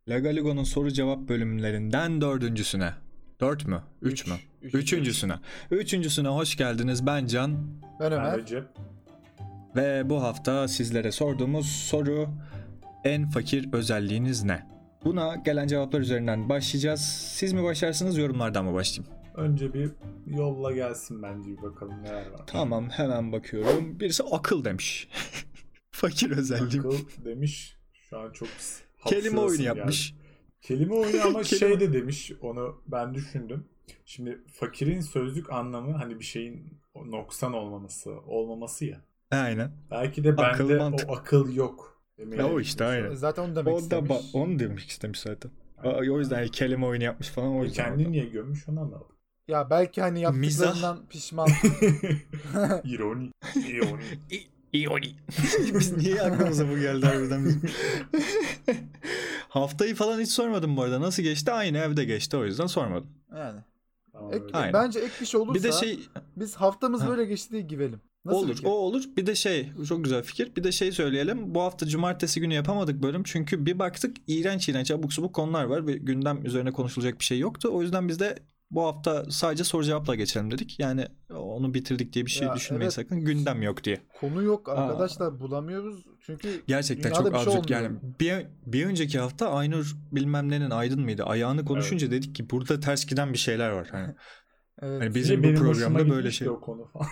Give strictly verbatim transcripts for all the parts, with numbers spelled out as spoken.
Lagaligo'nun soru cevap bölümlerinden dördüncüsüne. Dört mü? Üç, Üç. mü? Üç. Üçüncüsüne. Üçüncüsüne hoş geldiniz. Ben Can. Ben Ben Ömer. Recep. Ve bu hafta sizlere sorduğumuz soru: en fakir özelliğiniz ne? Buna gelen cevaplar üzerinden başlayacağız. Siz mi başlarsınız, yorumlardan mı başlayayım? Önce bir yolla gelsin bence, bir bakalım neler var. Tamam, hemen bakıyorum. Birisi akıl demiş. Fakir özelliğim. Akıl demiş. Şu an çok Kelime oyunu hapşırasım yapmış. geldi. Kelime oyunu ama Kelime- şey de demiş, onu ben düşündüm. Şimdi fakirin sözlük anlamı hani bir şeyin noksan olmaması, olmaması ya. Aynen. Belki de Akıl, bende mantık. o akıl yok. demeye Ya o işte, çalışıyor. aynen. Zaten onu demek O da istemiş. ba- onu demek istemiş zaten. O yüzden yani kelime oyunu yapmış falan, o E yüzden. kendini niye gömmüş onu anlamadım. Ya belki hani yaptıklarından pişman. İroni. İroni. İyoni. Biz niye aklımıza bu geldi harbiden bizim? Haftayı falan hiç sormadım bu arada. Nasıl geçti? Aynı evde geçti, o yüzden sormadım. Yani. Tamam, Ek, öyle. Aynen. bence ek bir şey olursa Bir de şey biz haftamız Ha. böyle geçti diye güvelim. Nasıl olur, fikir? o olur. Bir de şey, çok güzel fikir. Bir de şey söyleyelim. Bu hafta cumartesi günü yapamadık bölüm. Çünkü bir baktık iğrenç iğrenç abuk subuk konular var ve gündem üzerine konuşulacak bir şey yoktu. O yüzden biz de bu hafta sadece soru cevapla geçelim dedik. Yani onu bitirdik diye bir şey Ya düşünmeyin evet. sakın. Gündem yok diye. Konu yok arkadaşlar, bulamıyoruz. Çünkü Gerçekten dünyada çok bir şey absürt. olmuyor. Yani bir, bir önceki hafta Aynur bilmem nenin Aydın mıydı? Ayağını konuşunca dedik ki burada ters giden bir şeyler var. Hani, Evet. hani bizim bu Benim hoşuma programda böyle gitmişti şey. o konu falan.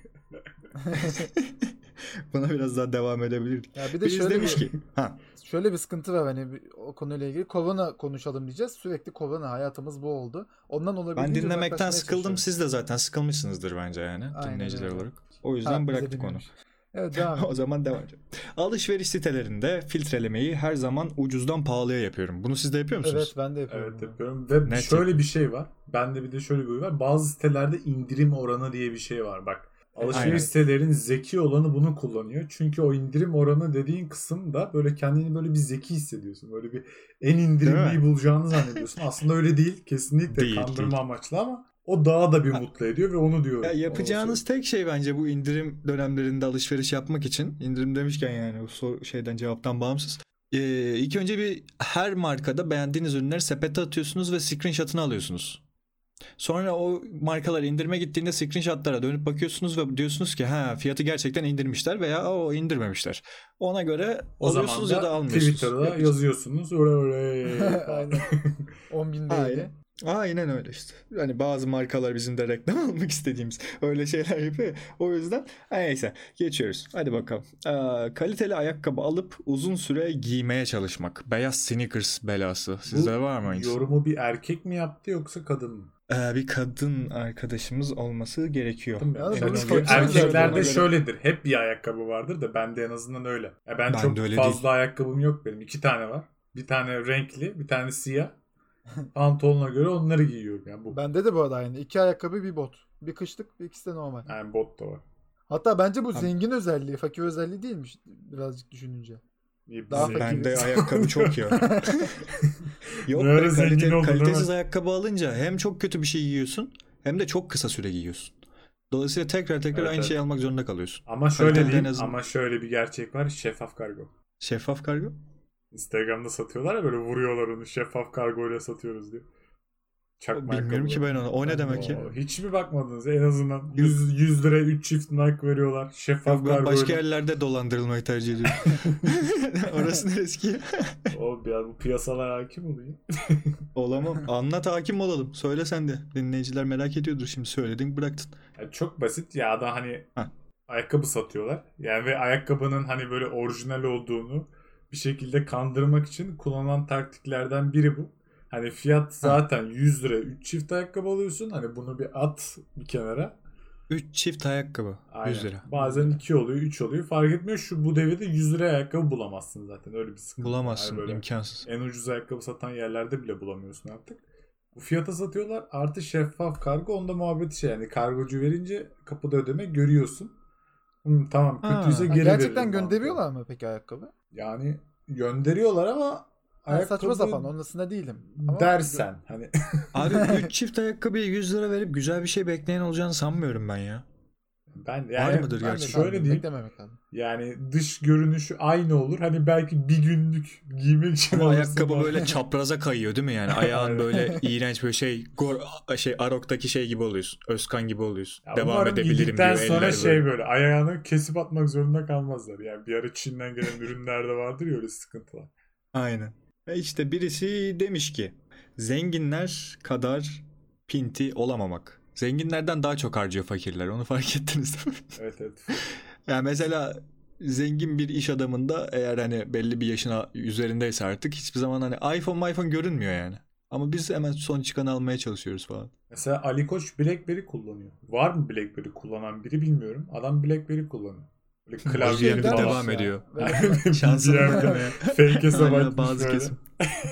Buna biraz daha devam edebilirdik. Ya bir de Biz şöyle demiş bir, ki ha, şöyle bir sıkıntı var hani bir- o konuyla ilgili. Korona konuşalım diyeceğiz. Sürekli korona, hayatımız bu oldu. Ondan ben olabildiğince dinlemekten uzaklaşmaya sıkıldım. çalışıyorum. Siz de zaten sıkılmışsınızdır bence yani, Aynen dinleyiciler öyle. olarak. O Ha, yüzden bize bıraktık onu. dinlemiş. Evet, devam O et. zaman devam edelim. Alışveriş sitelerinde filtrelemeyi her zaman ucuzdan pahalıya yapıyorum. Bunu siz de yapıyor musunuz? Evet, ben de yapıyorum. Evet bunu. yapıyorum ve Net şöyle bir şey var. Bende bir de şöyle bir huy var. Bazı sitelerde indirim oranı diye bir şey var. Bak, alışveriş Aynen. sitelerin zeki olanı bunu kullanıyor. Çünkü o indirim oranı dediğin kısımda böyle kendini böyle bir zeki hissediyorsun. Böyle bir en Değil indirimliyi mi? bulacağını zannediyorsun. Aslında öyle değil. Kesinlikle Değil, kandırma değil. amaçlı ama o daha da bir mutlu ediyor ve onu diyorum. Ya Onu yapacağınız tek şey bence bu indirim dönemlerinde alışveriş yapmak için. İndirim demişken yani o sor- şeyden cevaptan bağımsız. Ee, ilk önce bir her markada beğendiğiniz ürünleri sepete atıyorsunuz ve screenshot'ını alıyorsunuz. Sonra o markalar indirime gittiğinde screenshot'lara dönüp bakıyorsunuz ve diyorsunuz ki ha, fiyatı gerçekten indirmişler veya o indirmemişler. Ona göre O zaman alıyorsunuz ya da da almıyorsunuz. Twitter'da Yapacak- yazıyorsunuz. Oraya oraya. Aynen. on bin değil. Aynen. Aynen öyle işte. Yani bazı markalar bizim de reklam almak istediğimiz öyle şeyler yapıyor. O yüzden neyse, geçiyoruz. Hadi bakalım. Ee, kaliteli ayakkabı alıp uzun süre giymeye çalışmak. Beyaz sneakers belası. Sizde var mı aynısı? Yorumu bir erkek mi yaptı yoksa kadın mı? Ee, bir kadın arkadaşımız olması gerekiyor. Değil mi? Yalnız Yani biz çünkü fakiriz zaten, ona erkeklerde göre. şöyledir. Hep bir ayakkabı vardır da bende en azından öyle. Ya ben, Ben çok de öyle fazla değil. ayakkabım yok benim. İki tane var. Bir tane renkli, bir tane siyah. Pantolona göre onları giyiyorum. Yani bu. Bende de bu arada aynı. İki ayakkabı, bir bot. Bir kışlık, bir ikisi de normal. Yani bot da var. Hatta bence bu Abi- zengin özelliği, fakir özelliği değilmiş birazcık düşününce. Bir Daha bize- fakir. Bende ayakkabı çok ya. Yok Ne be, ara zengin kalite- oldun, kalitesiz değil mi? ayakkabı alınca hem çok kötü bir şey giyiyorsun hem de çok kısa süre giyiyorsun. Dolayısıyla tekrar tekrar Evet, aynı evet. şeyi almak zorunda kalıyorsun. Ama şöyle Kaliteli en diyeyim, azından. ama şöyle bir gerçek var. Şeffaf kargo. Şeffaf kargo. Instagram'da satıyorlar ya, böyle vuruyorlar onu, şeffaf kargo ile satıyoruz diye. Çakma Bilmiyorum ki ben onu. O ne demek ya? Oo, hiç mi bakmadınız? En azından yüz, yüz liraya üç çift Nike veriyorlar. Şeffaf Yok, ben kargo başka ile. yerlerde dolandırılmayı tercih ediyorum. Orası neresi ki? O biraz bu piyasalar hakim oluyor. Olamam. Anlat, hakim olalım. Söyle sen de. Dinleyiciler merak ediyordur şimdi. Söyledin, bıraktın. Yani çok basit ya da hani Heh. ayakkabı satıyorlar. Yani ve ayakkabının hani böyle orijinal olduğunu bir şekilde kandırmak için kullanılan taktiklerden biri bu. Hani fiyat zaten yüz lira üç çift ayakkabı alıyorsun. Hani bunu bir at bir kenara. üç çift ayakkabı. Aynen. yüz lira. Bazen iki oluyor, üç oluyor. Fark etmiyor. Şu bu devirde yüz liraya ayakkabı bulamazsın zaten. Öyle bir sıkıntı. Bulamazsın. Yani böyle İmkansız. en ucuz ayakkabı satan yerlerde bile bulamıyorsun artık. Bu fiyata satıyorlar. Artı şeffaf kargo. Onda muhabbeti şey, yani kargocu verince kapıda ödeme görüyorsun. Hı, tamam, Ha. kötüyse Ha, geri gerçekten veririm falan. gönderiyorlar mı peki ayakkabı? Yani gönderiyorlar ama Ha, ayakkabı saçma sapan, onlasında değilim. Ama dersen hani Abi üç çift ayakkabıya yüz lira verip güzel bir şey bekleyen olacağını sanmıyorum ben ya. Ben yani Var mıdır Ben de gerçi? şöyle sanmıyorum, diyeyim. beklememek lazım. Yani dış görünüşü aynı olur. Hani belki bir günlük giymek için Ama alırsın ayakkabı falan. böyle çapraza kayıyor değil mi yani? Ayağın Aynen. böyle iğrenç böyle şey gor, şey Arok'taki şey gibi oluyorsun. Özkan gibi oluyorsun. Ya Devam umarım edebilirim giydikten diyor sonra eller şey böyle. böyle ayağını kesip atmak zorunda kalmazlar. Yani bir ara Çin'den gelen ürünlerde vardır ya öyle sıkıntılar. Aynen. Ve işte birisi demiş ki zenginler kadar pinti olamamak. Zenginlerden daha çok harcıyor fakirler. Onu fark ettiniz değil mi? Evet evet. Yani mesela zengin bir iş adamında eğer hani belli bir yaşına üzerindeyse artık hiçbir zaman hani iPhone iPhone görünmüyor yani. Ama biz hemen son çıkanı almaya çalışıyoruz falan. Mesela Ali Koç BlackBerry kullanıyor. Var mı BlackBerry kullanan biri bilmiyorum. Adam BlackBerry kullanıyor. Böyle klavyeli Klavyeli şeyden- falan. devam ediyor. Böyle- Şansım B B M'de demeye. fake hesap Hala açmış bazı böyle. kesim.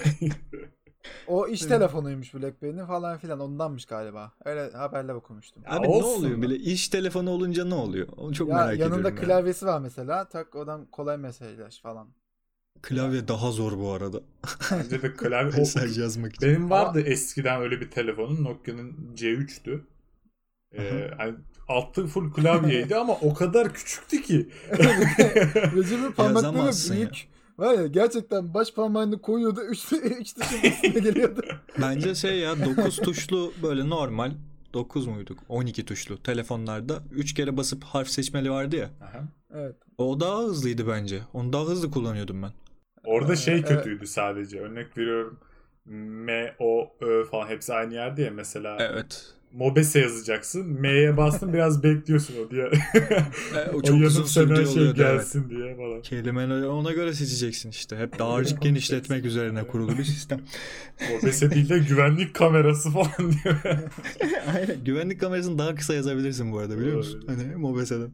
O iş telefonuymuş BlackBerry'nin falan filan, ondanmış galiba. Öyle haberler okumuştum. Ya Abi ne olsun oluyor da. bile iş telefonu olunca ne oluyor? Onu çok Ya merak yanında ediyorum ya. klavyesi var mesela. Tak oradan kolay mesajlaş falan. Klavye daha zor bu arada. Bence de klavye. O, Mesaj yazmak için. benim vardı eskiden öyle bir telefonum. Nokia'nın C üç'tü. Ee, Aha. hani altı full klavyeydi ama o kadar küçüktü ki. Recep'in parmakları Yazamazsın ya. büyük. Var ya, gerçekten baş parmağını koyuyordu. Üç, üç dışın üstüne geliyordu. Bence şey ya dokuz tuşlu böyle normal dokuz muyduk? on iki tuşlu telefonlarda üç kere basıp harf seçmeli vardı ya. Aha. Evet. O daha hızlıydı bence. Onu daha hızlı kullanıyordum ben. Orada şey Evet. kötüydü sadece. Örnek veriyorum. M, O, Ö falan hepsi aynı yerde ya. Mesela Evet. Mobese yazacaksın. M'ye bastın biraz bekliyorsun o diye. E, o o çok uzun yanımsayan sürdüğü şey oluyordu, evet. gelsin diye falan. Kelimeleri ona göre seçeceksin işte. Hep dağarcık genişletmek üzerine kurulu bir sistem. Mobese değil de güvenlik kamerası falan diyor. Aynen. Güvenlik kamerasını daha kısa yazabilirsin bu arada, biliyor musun? Olabilir. Hani Mobese'den.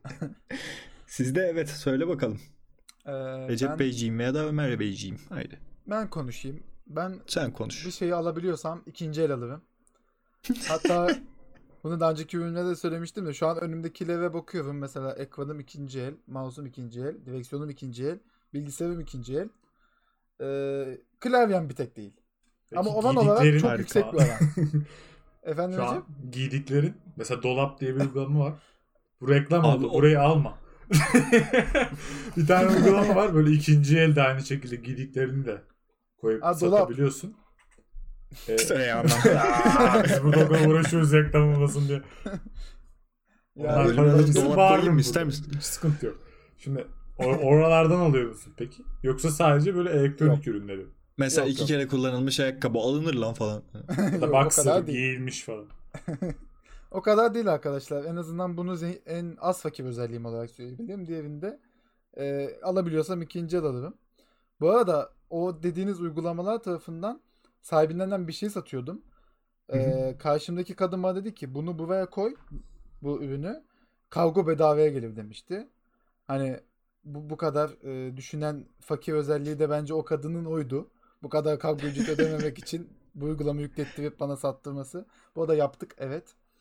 Sizde evet, söyle bakalım. Ee, Recep ben, Beyciğim ya da Ömer Beyciğim. Haydi. ben konuşayım. Ben Sen konuş. bir şeyi alabiliyorsam ikinci el alırım. Hatta bunu daha önceki bölümde de söylemiştim de şu an önümdekilere bakıyorum. Mesela ekranım ikinci el, mouse'um ikinci el, direksiyonum ikinci el, bilgisayarım ikinci el. Ee, klavyem bir tek değil. Peki Ama olan olarak giydiklerin- çok Harika. yüksek bir oran. Efendim Şu Recep? an giydiklerin mesela dolap diye bir uygulama var. Bu reklam Abi oldu. o- Burayı alma. Bir tane uygulama var. Böyle ikinci el de aynı şekilde giydiklerini de koyup Aa, dolap. satabiliyorsun. Ee, Söyle ama. Aa, biz burada o kadar uğraşıyoruz reklam olmasın diye. Ya, Onlar bölümün para adını ödeyeceksin, dolap bağırırım koyayım mı, ister burada. misin? Hiç sıkıntı yok. Şimdi or- oralardan alıyor musun peki? Yoksa sadece böyle elektronik ürünleri? Mesela Yok, iki yok. kere kullanılmış ayakkabı alınır lan falan. Ya da Yok, o boxer kadar değil. giyilmiş falan. O kadar değil arkadaşlar. En azından bunu ze- en az fakir özelliğim olarak söyleyebilirim. Diğerinde e, alabiliyorsam ikinci el alırım. Bu arada o dediğiniz uygulamalar tarafından sahibinden bir şey satıyordum. E, karşımdaki kadın bana dedi ki bunu buraya koy, bu ürünü. Kargo bedavaya gelir demişti. Hani bu, bu kadar e, düşünen fakir özelliği de bence o kadının oydu. Bu kadar kargo ücret ödememek için bu uygulamayı yüklettirip bana sattırması. Bu da yaptık, evet.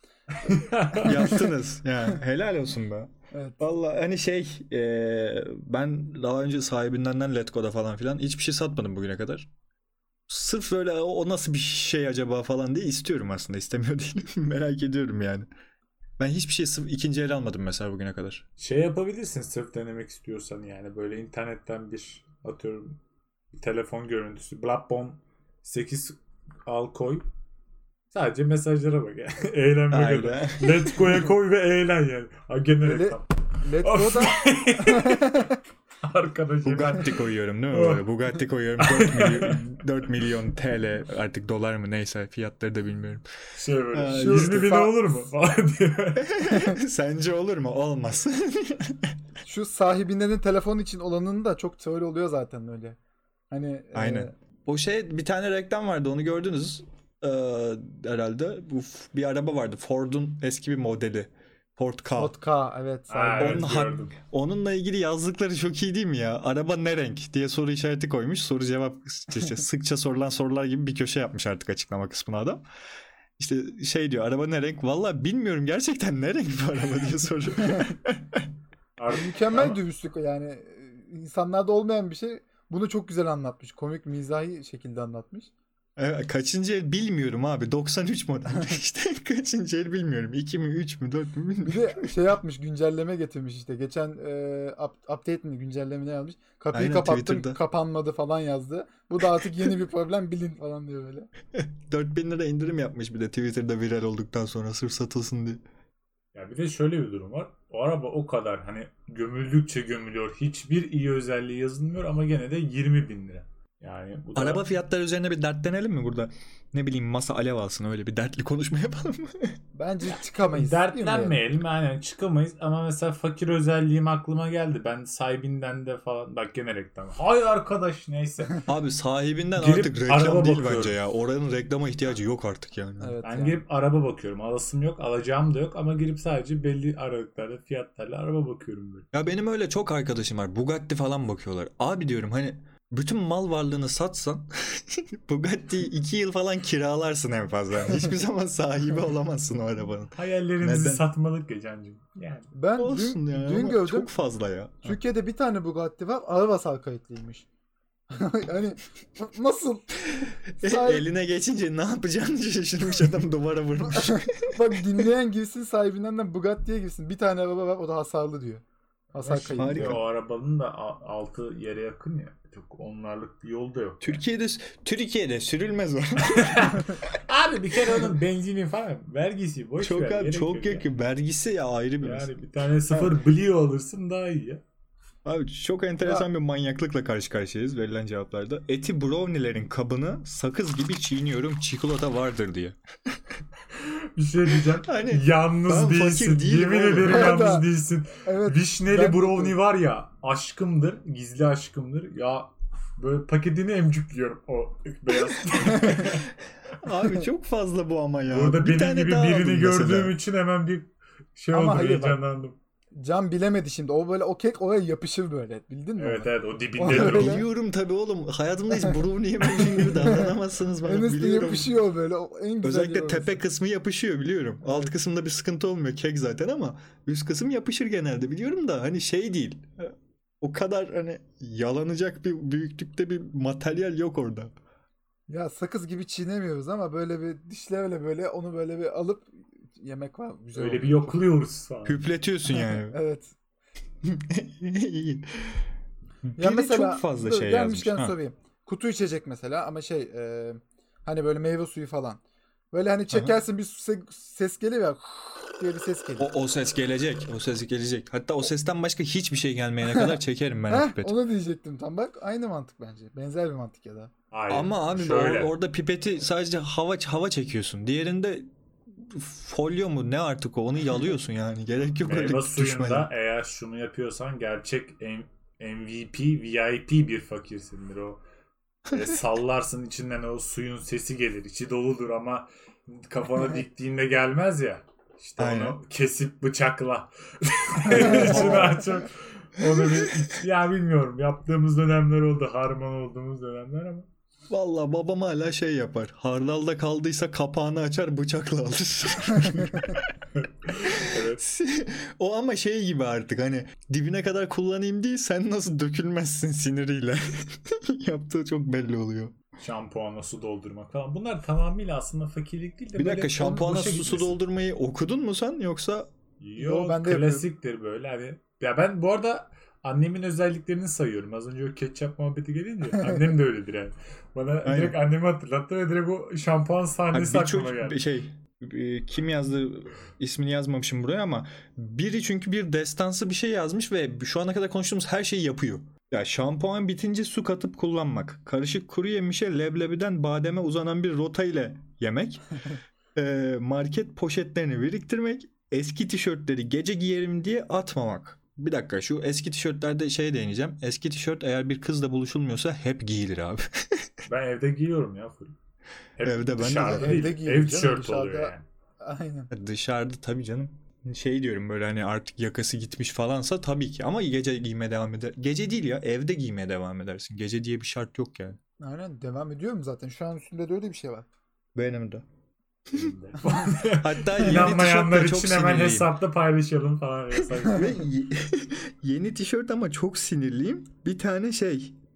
Yaptınız. Yani helal olsun be. Evet. Vallahi hani şey e, ben daha önce sahibinden Letgo'da falan filan hiçbir şey satmadım bugüne kadar. Sırf böyle o, o nasıl bir şey acaba falan diye istiyorum aslında. İstemiyor değilim. Merak ediyorum yani. Ben hiçbir şey sırf ikinci el almadım mesela bugüne kadar. Şey yapabilirsin sırf denemek istiyorsan yani böyle internetten bir atıyorum bir telefon görüntüsü Blackphone sekiz al koy. Sadece mesajlara bak yani. Eğlenme Aynen. kadar. Let's go'ya koy ve eğlen yani. Ha gene Öyle- reklam. Let's Go'da Arkadaşım. Bugatti koyuyorum değil mi? Oh. Böyle Bugatti koyuyorum. dört milyon, dört milyon T L artık dolar mı neyse fiyatları da bilmiyorum. Şey böyle. Ha, Şu işte yirmi bin fa- olur mu? Falan diyor. Sence olur mu? Olmaz. şu sahibinden telefon için olanın da çok teori oluyor zaten öyle. Hani e, Aynen. O şey bir tane reklam vardı, onu gördünüz ee, herhalde. Bu f- bir araba vardı. Ford'un eski bir modeli. Ford Ka. Ford Ka, evet. Ha, sahibi. evet, Onun hak- gördüm. onunla ilgili yazdıkları çok iyi değil mi ya? Araba ne renk diye soru işareti koymuş. Soru cevap işte sıkça sorulan sorular gibi bir köşe yapmış artık açıklama kısmına adam. İşte şey diyor, araba ne renk? Vallahi bilmiyorum gerçekten ne renk bu araba diye soruyor. Harbi. Mükemmel Ama- dürüstlük yani. E, insanlarda olmayan bir şey. Bunu çok güzel anlatmış. Komik, mizahi şekilde anlatmış. Evet, kaçıncı el bilmiyorum abi. doksan üç model. İşte kaçıncı el bilmiyorum. iki mi, üç mü, dört mü bilmiyorum. Bir de şey yapmış, güncelleme getirmiş işte. Geçen e, up, update mi, güncelleme ne yazmış? Kapıyı Aynen, kapattım, Twitter'da. kapanmadı falan yazdı. Bu da artık yeni bir problem, bilin falan diyor böyle. dört bin lira indirim yapmış bir de Twitter'da viral olduktan sonra sırf satılsın diye. Ya bir de şöyle bir durum var. O araba o kadar hani gömüldükçe gömülüyor. Hiçbir iyi özelliği yazılmıyor ama gene de yirmi bin lira. Yani bu da... Araba fiyatları üzerine bir dertlenelim mi burada? Ne bileyim, masa alev alsın, öyle bir dertli konuşma yapalım mı? Bence çıkamayız. Dertlenmeyelim yani, çıkamayız ama mesela fakir özelliğim aklıma geldi. Ben sahibinden de falan, bak gene reklam. Hay arkadaş, neyse. Abi sahibinden Girip artık reklam araba değil bakıyorum. bence ya. Oranın reklama ihtiyacı yok artık yani. Evet, Ben yani. girip araba bakıyorum. Alasım yok, alacağım da yok ama girip sadece belli aralıklarda fiyatlarla araba bakıyorum böyle. Ya benim öyle çok arkadaşım var. Bugatti falan bakıyorlar. Abi diyorum, hani bütün mal varlığını satsan Bugatti'yi iki yıl falan kiralarsın en fazla. Hiçbir zaman sahibi olamazsın o arabanın. Hayallerimizi Neden? satmalık Gecancığım. Yani. Ben Olsun dün, ya. dün ama gördüm. Çok fazla ya. Türkiye'de bir tane Bugatti var. Ağır kayıtlıymış. Yani nasıl? Sahip- Eline geçince ne yapacağını şaşırmış adam, duvara vurmuş. Bak, dinleyen girsin, sahibinden de Bugatti'ye girsin. Bir tane araba var, o da hasarlı diyor. Hasar kayıtlı. Harika. Ve o arabanın da a- altı yere yakın ya. Çok onlarlık bir yolda yok. Türkiye'de Türkiye'de sürülmez o. Abi bir kere onun benzini falan vergisi boş Çok ver. abi gerek çok yok ya. yakın. Vergisi ya ayrı bir mesele. Yani bir tane sıfır Blio alırsın daha iyi ya. Abi çok enteresan bir manyaklıkla karşı karşıyayız verilen cevaplarda. Eti brownilerin kabını sakız gibi çiğniyorum, çikolata vardır diye. Bir şey diyeceğim. Hani yalnız ben fakir değilsin. değilim Yemin oğlum. ederim Evet, yalnız ha. değilsin. Evet. Vişneli ben- brownie var ya, aşkımdır. Gizli aşkımdır. Ya böyle paketini emcükliyorum o beyaz. Abi çok fazla bu ama ya. Burada Bir benim tane gibi daha birini aldım gördüğüm mesela. için hemen bir şey Ama oldu, hayır bak. heyecanlandım. Can bilemedi şimdi. O böyle, o kek oraya yapışır böyle. Bildin mi? Evet onu? evet, o O dibinde öyle. durur. Biliyorum tabii oğlum. Hayatımda hiç brownie yememişim gibi davranamazsınız bana. En üstte Biliyorum. yapışıyor böyle. O en güzel Özellikle yer tepe orası. kısmı yapışıyor biliyorum. Alt kısımda bir sıkıntı olmuyor, kek zaten, ama üst kısım yapışır genelde biliyorum da hani şey değil. O kadar hani yalanacak bir büyüklükte bir materyal yok orada. Ya sakız gibi çiğnemiyoruz ama böyle bir dişlerle böyle onu böyle bir alıp yemek var. Güzel Öyle olur. bir yokluyoruz falan. Hüpletiyorsun yani. Evet. İyi. Ya Biri mesela çok fazla dur, şey yazmış. gelmişken Ha. sorayım. Kutu içecek mesela ama şey e, hani böyle meyve suyu falan. Böyle hani çekersin, bir se- ses geliyor ya diye bir ses geliyor. O, o ses gelecek. O ses gelecek. Hatta o sesten başka hiçbir şey gelmeyene kadar çekerim ben o Heh, pipeti. onu diyecektim tam, bak aynı mantık bence. Benzer bir mantık ya da. Hayır. Ama abi şöyle. o- orada pipeti sadece hava hava çekiyorsun. Diğerinde folyo mu ne artık o, onu yalıyorsun yani. Gerek yok öyle Meyve düşmeden. suyunda eğer şunu yapıyorsan gerçek M- MVP, V I P bir fakirsindir o. E, sallarsın, içinden o suyun sesi gelir. İçi doludur ama kafana diktiğinde gelmez ya. İşte Aynen. onu kesip bıçakla. İçini açıp onu bir, ya bilmiyorum, yaptığımız dönemler oldu. Harman olduğumuz dönemler ama. Vallahi babam hala şey yapar. Hardalda kaldıysa kapağını açar, bıçakla alır. Evet. O ama şey gibi artık, hani dibine kadar kullanayım değil, sen nasıl dökülmezsin siniriyle. Yaptığı çok belli oluyor. Şampuana su doldurmak falan. Bunlar tamamıyla aslında fakirlik değil de Bir böyle dakika, şampuana boşa su, su gitmesin. doldurmayı okudun mu sen yoksa? Yok, Yo, ben de klasiktir böyle hani. Ya ben bu arada annemin özelliklerini sayıyorum. Az önce o ketçap muhabbeti gelince annem de öyledir yani. Bana Aynen. direkt annemi hatırlattı ve direkt o şampuan Hani sahnesi bir aklıma çocuk geldi. bir şey e, kim yazdı ismini yazmamışım buraya ama biri çünkü bir destansı bir şey yazmış ve şu ana kadar konuştuğumuz her şeyi yapıyor. Ya şampuan bitince su katıp kullanmak, karışık kuru yemişe leblebiden bademe uzanan bir rota ile yemek, e, market poşetlerini biriktirmek, eski tişörtleri gece giyerim diye atmamak. Bir dakika, şu eski tişörtlerde şey değineceğim. Eski tişört eğer bir kızla buluşulmuyorsa hep giyilir abi. Ben evde giyiyorum ya full. Hep Evde ben de dışarıda zaten. değil. Evde giyiyorum Ev canım, tişört dışarıda- oluyor yani. Aynen. Dışarıda tabii canım. Şey diyorum, böyle hani artık yakası gitmiş falansa tabii ki, ama gece giymeye devam eder. Gece değil ya, evde giymeye devam edersin. Gece diye bir şart yok yani. Aynen, devam ediyorum zaten. Şu an üstünde de öyle bir şey var. Benim de. Benim de. Hatta yeni İnanmayanlar tişörtle çok için hemen sinirliyim. hesapta paylaşalım falan. Ve ye- yeni tişört ama çok sinirliyim. Bir tane şey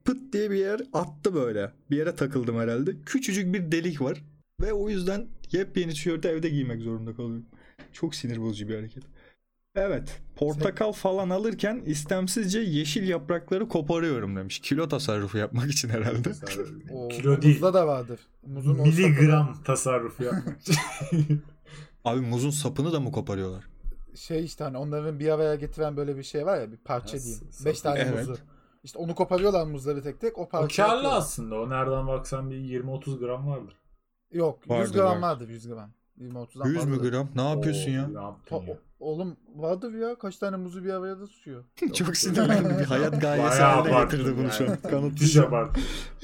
pıt diye bir yer attı böyle. Bir yere takıldım herhalde. Küçücük bir delik var. Ve o yüzden yepyeni tişörtü evde giymek zorunda kalıyorum. Çok sinir bozucu bir hareket. Evet. Portakal falan alırken istemsizce yeşil yaprakları koparıyorum demiş. Kilo tasarrufu yapmak için herhalde. O, Kilo değil. Muzda da vardır. Muzun o Miligram sapını- tasarrufu yapmak için. Abi muzun sapını da mı koparıyorlar? Şey işte hani onların bir araya getiren böyle bir şey var ya, bir parça Ya, diyeyim. s- Beş tane Evet. muzu. İşte onu koparıyorlar muzları tek tek. O O parça karlı yapıyorlar. aslında. O nereden baksan bir yirmi otuz gram vardır. Yok yüz Vardır, gram vardır. vardır yüz gram. yirmi otuzdan yüz mü fazladır. gram? Ne yapıyorsun Oo, ya? Ne yaptın To- ya? Oğlum vardır ya, kaç tane muzu bir araya da tutuyor. Çok sinirlendim. Bir hayat gayesi Bayağı haline abarttın getirdi bunu şu an. yani. Müthiş Kanıtlayacağım. abarttın.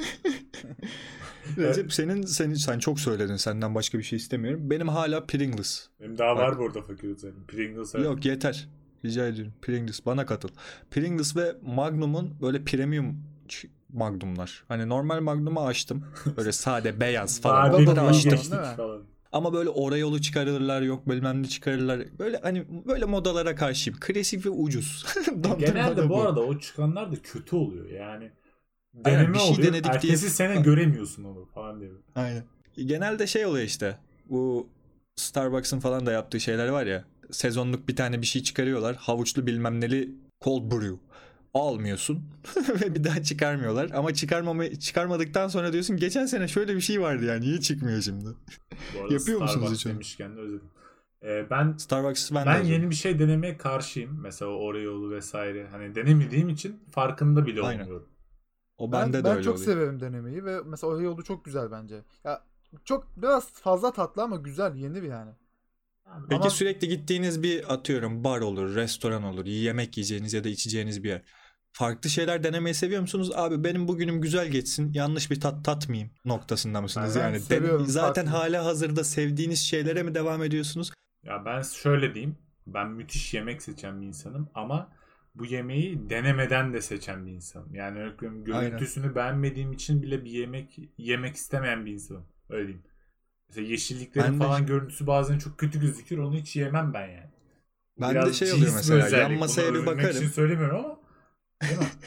Recep senin, senin sen çok söyledin. Senden başka bir şey istemiyorum. Benim hala Pringles. Benim daha Bak. var burada fakir özelliğim. Pringles. Yok yeter. Rica ediyorum. Pringles bana katıl. Pringles ve Magnum'un böyle premium ç- Magnumlar. Hani normal Magnum'u açtım. Böyle sade beyaz falan. Bademliği Onları açtım. geçtik Değil mi? falan. Ama böyle Oreo'lu çıkarırlar, yok bilmem ne çıkarırlar. Böyle hani böyle modalara karşıyım. Klasik ve ucuz. Dondurma Genelde da bu arada o çıkanlar da kötü oluyor yani. Aynen, Deneme bir şey oluyor. denedik Ertesi diye- sene göremiyorsun onu falan diye. Aynen. Genelde şey oluyor işte. Bu Starbucks'ın falan da yaptığı şeyler var ya. Sezonluk bir tane bir şey çıkarıyorlar. Havuçlu bilmem neli cold brew. Almıyorsun ve bir daha çıkarmıyorlar. Ama çıkarmama, çıkarmadıktan sonra diyorsun geçen sene şöyle bir şey vardı ya, niye çıkmıyor şimdi? Bu arada Yapıyor musunuz Starbucks hiç onu? demişken de özledim. Ee, ben Starbucks ben, ben de yeni bir şey denemeye karşıyım. Mesela Oreo'lu vesaire. Hani denemediğim için farkında bile Aynen. olmuyorum. o Ben, bende de ben öyle çok oluyor. severim denemeyi ve mesela o yolu çok güzel bence. Ya çok biraz fazla tatlı ama güzel, yeni bir yani. Peki Ama- sürekli gittiğiniz bir atıyorum bar olur, restoran olur, yemek yiyeceğiniz ya da içeceğiniz bir yer. Farklı şeyler denemeyi seviyor musunuz? Abi benim bugünüm güzel geçsin, yanlış bir tat tatmayayım noktasında mısınız? Ben yani seviyorum, den- zaten farklı. hala hazırda sevdiğiniz şeylere mi devam ediyorsunuz? Ya ben şöyle diyeyim. Ben müthiş yemek seçen bir insanım ama bu yemeği denemeden de seçen bir insanım. Yani örneğin görüntüsünü beğenmediğim için bile bir yemek yemek istemeyen bir insanım. Öyle diyeyim. Mesela yeşilliklerin Ben de- falan görüntüsü bazen çok kötü gözükür. Onu hiç yemem ben yani. Bu Ben biraz de şey cins oluyor bir mesela, yan özellik. masaya Bunu bir övünmek bakarım. için söylemiyorum ama. Değil mi?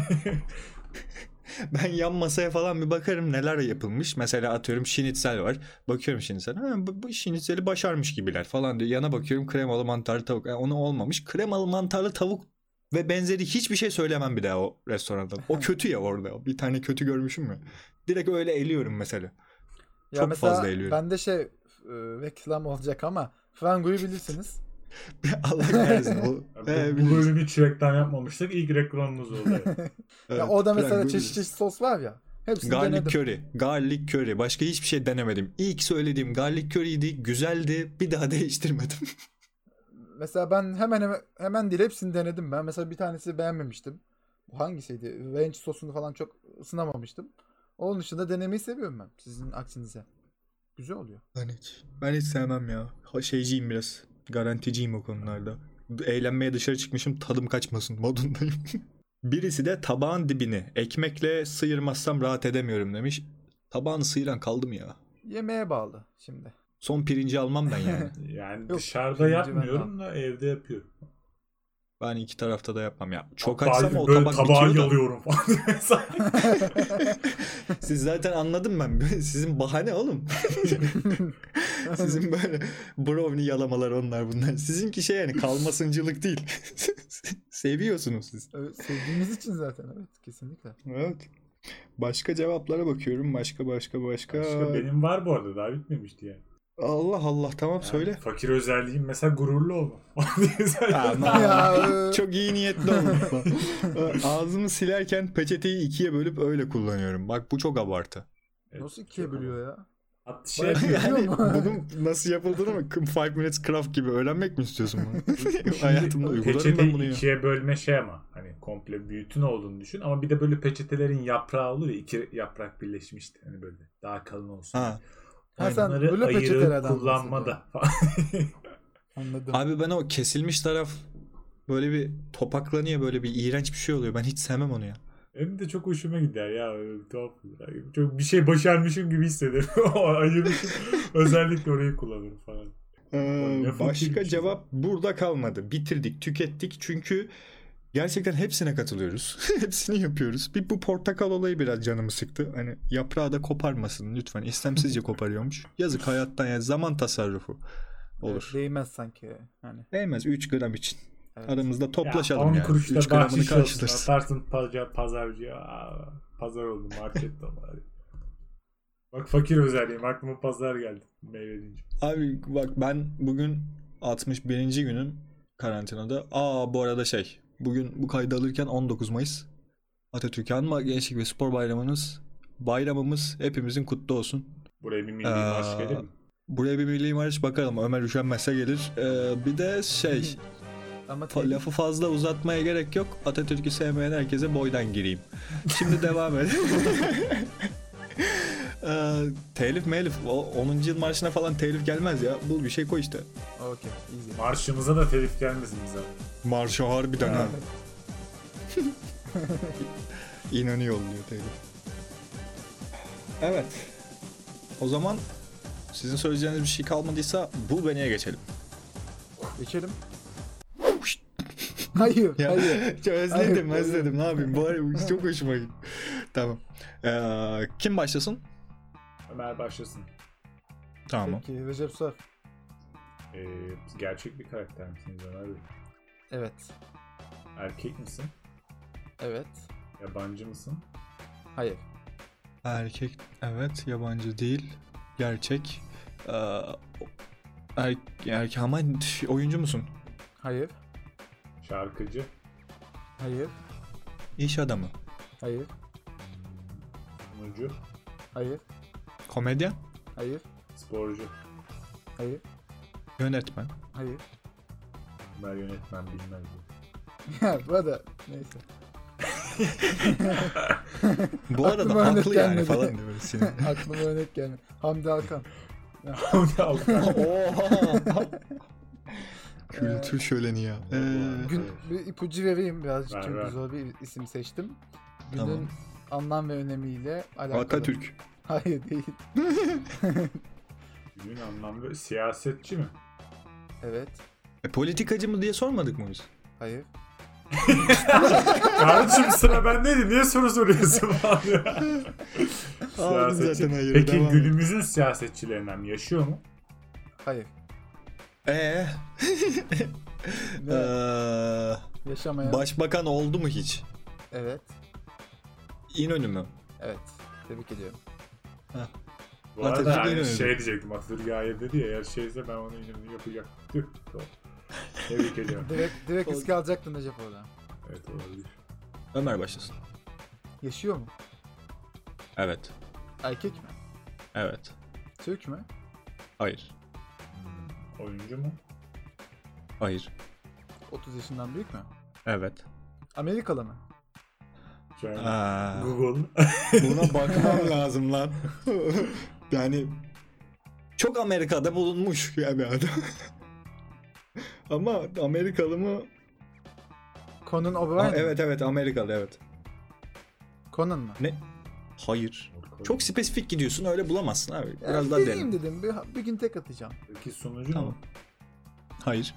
Ben yan masaya falan bir bakarım neler yapılmış. Mesela atıyorum şinitzel var. Bakıyorum şinitzel. Ha, bu, bu şinitzeli başarmış gibiler falan diyor. Yana bakıyorum kremalı mantarlı tavuk. Yani onu olmamış. Kremalı mantarlı tavuk ve benzeri hiçbir şey söylemem bir daha o restoranda. O kötü ya orada. Bir tane kötü görmüşüm ya. Direkt öyle eliyorum mesela. Ya Çok mesela fazla eliyorum. bende şey e, reklam olacak ama Frango'yu bilirsiniz. Allah kahretsin. O, Bu, He, bu biliriz. bölümü hiç reklam yapmamıştık. İlk reklamımız oldu. Evet, Ya orada mesela Frango çeşit biliriz. çeşit sos var ya. Hepsini Garlic denedim. curry. Garlic curry. Başka hiçbir şey denemedim. İlk söylediğim garlic curry'ydi. Güzeldi. Bir daha değiştirmedim. Mesela ben hemen hemen, hemen değil hepsini denedim ben. Mesela bir tanesi beğenmemiştim. Bu hangisiydi? Ranch sosunu falan çok ısınamamıştım. Onun dışında denemeyi seviyorum ben. Sizin aksinize. Güzel oluyor. Ben hiç. Ben hiç sevmem ya. Ha, şeyciyim biraz. Garanticiyim o konularda. Eğlenmeye dışarı çıkmışım, tadım kaçmasın modundayım. Birisi de tabağın dibini ekmekle sıyırmazsam rahat edemiyorum demiş. Tabağını sıyıran kaldı mı ya? Yemeğe bağlı şimdi. Son pirinci almam ben yani. Yani Yok, dışarıda pirinci yapmıyorum da evde yapıyorum. Ben iki tarafta da yapmam ya. Çok Hatta açsam o böyle tabak tabağı bitiyor da. yalıyorum falan. Siz zaten anladım ben. Sizin bahane oğlum. Sizin böyle brownie yalamalar onlar bunlar. Sizinki şey yani kalmasıncılık değil. Seviyorsunuz siz. Evet, sevdiğimiz için zaten evet kesinlikle. Evet. Başka cevaplara bakıyorum. Başka başka başka. Başka benim var bu arada, daha bitmemişti yani. Allah Allah tamam Yani söyle. fakir özelliğim mesela gururlu olma. Aman. Ya, Çok iyi niyetli olmuş. Ağzımı silerken peçeteyi ikiye bölüp öyle kullanıyorum. Bak bu çok abartı. Evet, Nasıl ikiye bölüyor ya? Hatta şey Bayağı- yapıyor. Yani Biliyor musun? bunun nasıl yapıldığını mı Five Minutes Craft gibi öğrenmek mi istiyorsun bunu? Şimdi Hayatımda uygularım ben bunu peçeteyi ya. ikiye bölme şey ama hani komple büyütün olduğunu düşün ama bir de böyle peçetelerin yaprağı olur ya, iki yaprak birleşmişti hani böyle daha kalın olsun. Ha. Ha, sen Onları böyle ayırıp peçetelerden kullanmada. Anladım. Abi ben o kesilmiş taraf böyle bir topaklanıyor, böyle bir iğrenç bir şey oluyor. Ben hiç sevmem onu ya. Benim de çok hoşuma gider ya. Öyle tuhaf. Çok bir şey başarmışım gibi hissederim. Ayırmışım. Özellikle orayı kullanırım falan. Ee, Ne fakir bir başka şey. cevap burada kalmadı. Bitirdik, tükettik. Çünkü Gerçekten hepsine katılıyoruz. Hepsini yapıyoruz. Bir bu portakal olayı biraz canımı sıktı. Hani yaprağı da koparmasın lütfen. İstemsizce koparıyormuş. Yazık hayattan yani zaman tasarrufu olur. Evet, değmez sanki. Yani. Değmez üç gram için. Evet. Aramızda toplaşalım on yani. kuruşta üç gramını bahşiş olsun. karşılarız. Atarsın pazar, pazarcıya. Aa, pazar oldu markette bari. Bak fakir özelliğim. Aklıma pazar geldi. Meyve deyince. Abi bak ben bugün altmış birinci günüm karantinada. Aa bu arada şey. Bugün bu kaydı alırken on dokuz Mayıs. Atatürk Anma Gençlik ve Spor Bayramımız. Bayramımız hepimizin kutlu olsun. Buraya bir milli Aa, marş gelir mi? Buraya bir milli marş bakalım. Ömer üşenmezse gelir. Ee, bir de şey. Ama fa- telif- lafı fazla uzatmaya gerek yok. Atatürk'ü sevmeyen herkese boydan gireyim. Şimdi devam edelim. Ee, telif melif. O onuncu yıl marşına falan telif gelmez ya. Bul bir şey koy işte. Okey, easy. Marşımıza da telif gelmesin bize. Marşa harbiden ha. Evet. İnanı yolluyor telif. Evet. O zaman sizin söyleyeceğiniz bir şey kalmadıysa Bul Beni'ye geçelim. Geçelim. Hayır, Ya, hayır. özledim Hayır, özledim ne yapayım bari bu çok hoşuma gitti. Tamam. Ee, kim başlasın? Ömer başlasın. Tamam. Peki, Recep sor. Ee, gerçek bir karakter misiniz Ömer Bey? Evet. Erkek misin? Evet. Yabancı mısın? Hayır. Erkek evet yabancı değil. Gerçek. Ee, er, erkek ama oyuncu musun? Hayır. Şarkıcı? Hayır. İş adamı. Hayır. Sunucu? Hayır. Komedyen. Hayır. Sporcu? Hayır. Yönetmen. Hayır. Ömer yönetmen bilmez mi? Ya bu da neyse. Bu arada Aklıma örnek haklı yani gelmedi. falan diyoruz şimdi. Aklıma örnek gelmedi. Hamdi Alkan. Oha. Kültür şöleni ya. Ee, Gün, bir ipucu vereyim birazcık Ver, çünkü ver. zor bir isim seçtim. Günün Tamam. anlam ve önemiyle alakalı. Atatürk. Hayır değil. Günün anlamda siyasetçi mi? Evet. E, politikacı mı diye sormadık mı biz? Hayır. Kardeşim sıra bendeydi. Niye soru soruyorsun bana? Siyasetçi. zaten hayır, Peki devam. günümüzün siyasetçilerinden yaşıyor mu? Hayır. Ee, Ve ee, yaşamayan. başbakan oldu mu hiç? Evet. İnönü mü? Evet. Tebrik ediyorum. Bu arada Atatürk hani İnönü. şey diyecektim. Atatürk hayır dedi ya. Eğer şeyse ben onu inanın yapacak. Tüh. Tamam. Tebrik ediyorum. Direkt, direkt Oldu. riske alacaktın Recep orada. Evet olabilir. Ömer başlasın. Yaşıyor mu? Evet. Erkek mi? Evet. Türk mü? Hayır. Hmm, oyuncu mu? Hayır. otuz yaşından büyük mü? Evet. Amerikalı mı? Şöyle Aa, Google. buna bakmam lazım lan. Yani çok Amerika'da bulunmuş ya bir adam. Ama Amerikalı mı? Conan Aa, O'Brien mi? evet evet Amerikalı evet. Conan mı? Ne? Hayır. Çok spesifik gidiyorsun öyle bulamazsın abi. Ya, Biraz daha deneyeyim derin. dedim. Bir, bir gün tek atacağım. Peki sunucu Tamam. mu? Hayır.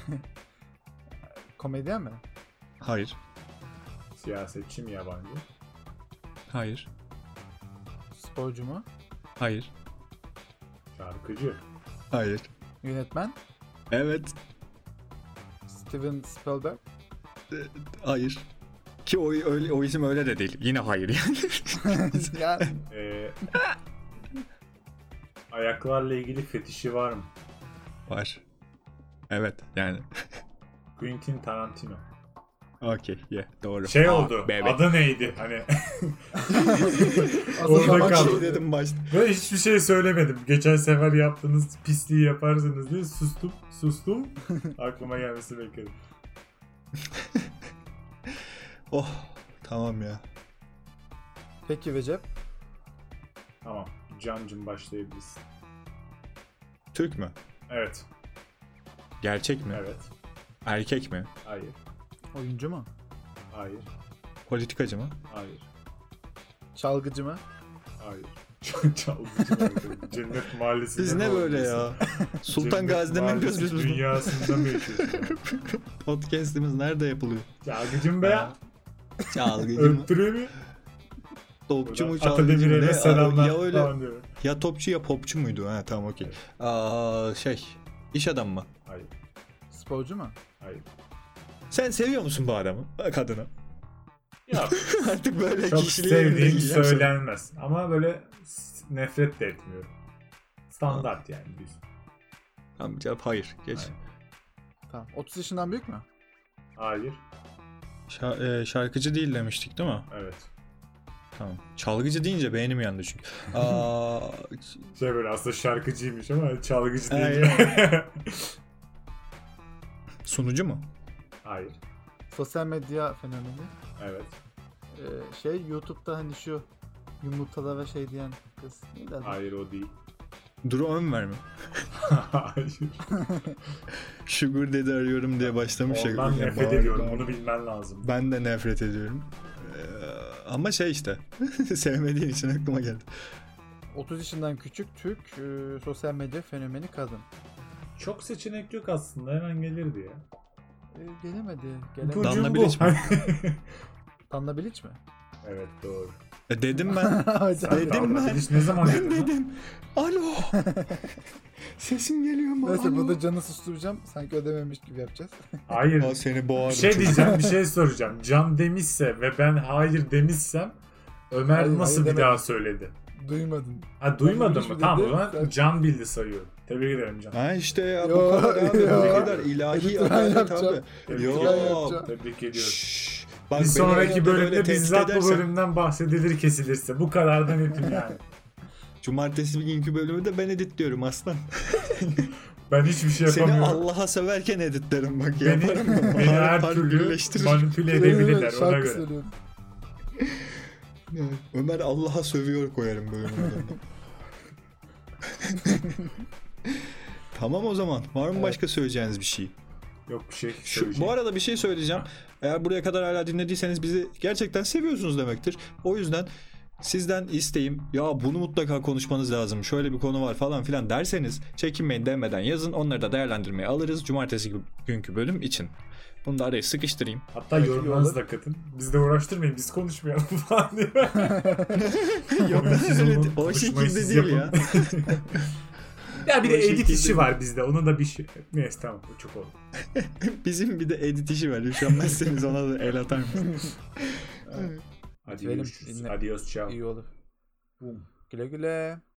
Komedyen mi? Hayır. Siyasetçi mi yabancı? Hayır. Sporcu mu? Hayır. Şarkıcı. Hayır. Yönetmen? Evet. Steven Spielberg? Hayır. Ki o, öyle, o isim öyle de değil. Yine hayır yani. ya Ee, ayaklarla ilgili fetişi var mı? Var. Evet yani. Quentin Tarantino. Okey. Yeah, doğru. Şey Aa, oldu. bebek. Adı neydi? Hani Orada Orada Bak kaldı. şey dedim başta. ben hiçbir şey söylemedim. Geçen sefer yaptığınız pisliği yaparsınız diye sustum. Sustum. Aklıma gelmesi bekledim. Oh tamam ya. Peki Recep? Tamam. Cancım başlayabilirsin. Türk mü? Evet. Gerçek mi? Evet. Erkek mi? Hayır. Oyuncu mu? Hayır. Politikacı mı? Hayır. Çalgıcı mı? Hayır. Çalgıcılar. Cennet Mahallesi'nde Biz ne böyle ya? Sultan Gazi'de mi yapıyoruz biz bunu? Dünyasında mı yaşıyoruz ya? Podcast'imiz nerede yapılıyor? Çalgıcım be ya. Çalgıcı mı? Öptürüyor mu? Topçu mu çalgıcı mı? Atademir'e Ne? selamlar. Ya öyle Tamam diyorum. ya topçu ya popçu muydu? Ha tamam okey. Aa şey iş adamı mı? Hayır. Sporcu mu? Hayır. Sen seviyor musun bu adamı? Kadını. Ya Artık böyle çok kişiliğe sevdiğim ilgili söylenmez. Ama böyle s- nefret de etmiyorum. Standart yani biz. Tamam cevap hayır. Geç. Hayır. Tamam. otuz yaşından büyük mü? Hayır. Şa- e, şarkıcı değil demiştik değil mi? Evet. Tamam. Çalgıcı deyince beynim yandı çünkü. Aa, Şey böyle aslında şarkıcıymış ama çalgıcı değil. Aynen. sunucu mu? Hayır. Sosyal medya fenomeni. Evet. Ee, şey YouTube'da hani şu yumurtalara şey diyen kız. Neydi adı? Hayır o değil. Duru Ömer mi? Hayır. Sugar Daddy arıyorum diye başlamış ya. Ondan Ya nefret bağır, ediyorum. bağır. Bunu bilmen lazım. Ben de nefret ediyorum. Ee, ama şey işte. Sevmediğin için aklıma geldi. otuz yaşından küçük Türk e, sosyal medya fenomeni kadın. Çok seçenek yok aslında. Hemen gelirdi ya. E, gelemedi. gelemedi. İpucum Danla bu. Bilic mi? Danla Bilic mi? Evet doğru. E, dedim ben. Hocam. Dedim Danla ben. Bilic ne zaman Ben dedin lan? dedim. Alo. Sesim geliyor mu? Neyse Alo. burada canı susturacağım. Sanki ödememiş gibi yapacağız. Hayır. Aa, seni boğarım. Bir şey çok. diyeceğim, bir şey soracağım. Can demişse ve ben hayır demişsem Ömer Hayır, nasıl hayır bir demedim. daha söyledi? Duymadın. Ha duymadın Bilmiş mı? mi Tamam o dedi? zaman Sen- Can bildi sayıyorum. Tebrik ederim Can. Ha işte ya Yo, bu kadar abi. yo. Bu kadar ilahi Lütfen adalet yapacağım. abi. Tebrik Yo. Ben yapacağım. Tebrik ediyorum. Şşş. Bak Bir beni sonraki eğer böyle bölümde tehdit bizzat bu edersen- bölümden bahsedilir kesilirse. Bu kadardan etim yani. Cumartesi günkü bölümü de ben editliyorum aslan. Ben hiçbir şey Seni yapamıyorum. Allah'a severken editlerim bak. Beni, Yaparım. beni Harf her harf türlü birleştirir. manipüle edebilirler ona Şarkı göre. söylüyorum. Evet. Ömer Allah'a sövüyor koyarım bölümün adına. Tamam o zaman. Var mı Evet. başka söyleyeceğiniz bir şey? Yok bir şey Şu, söyleyeceğim. bu arada bir şey söyleyeceğim. Eğer buraya kadar hala dinlediyseniz bizi gerçekten seviyorsunuz demektir. O yüzden sizden isteğim ya bunu mutlaka konuşmanız lazım. Şöyle bir konu var falan filan derseniz çekinmeyin demeden yazın. Onları da değerlendirmeye alırız cumartesi günkü bölüm için. Bunu da araya sıkıştırayım. Hatta Belki yorumlarınızı olur. da katın. Biz de uğraştırmayın biz konuşmayalım falan diye. Yok Onu siz öyle olun, değil. O konuşmayı şekilde siz değil yapın. ya. Ya bir de O edit şekilde işi değil. var bizde. Ona da bir şey. Neyse tamam o çok oldu. Bizim bir de edit işi var. Üşenmezseniz ona da el atar mısınız? Hadi Benim görüşürüz. dinle- Adios ciao. İyi olur. Güle güle.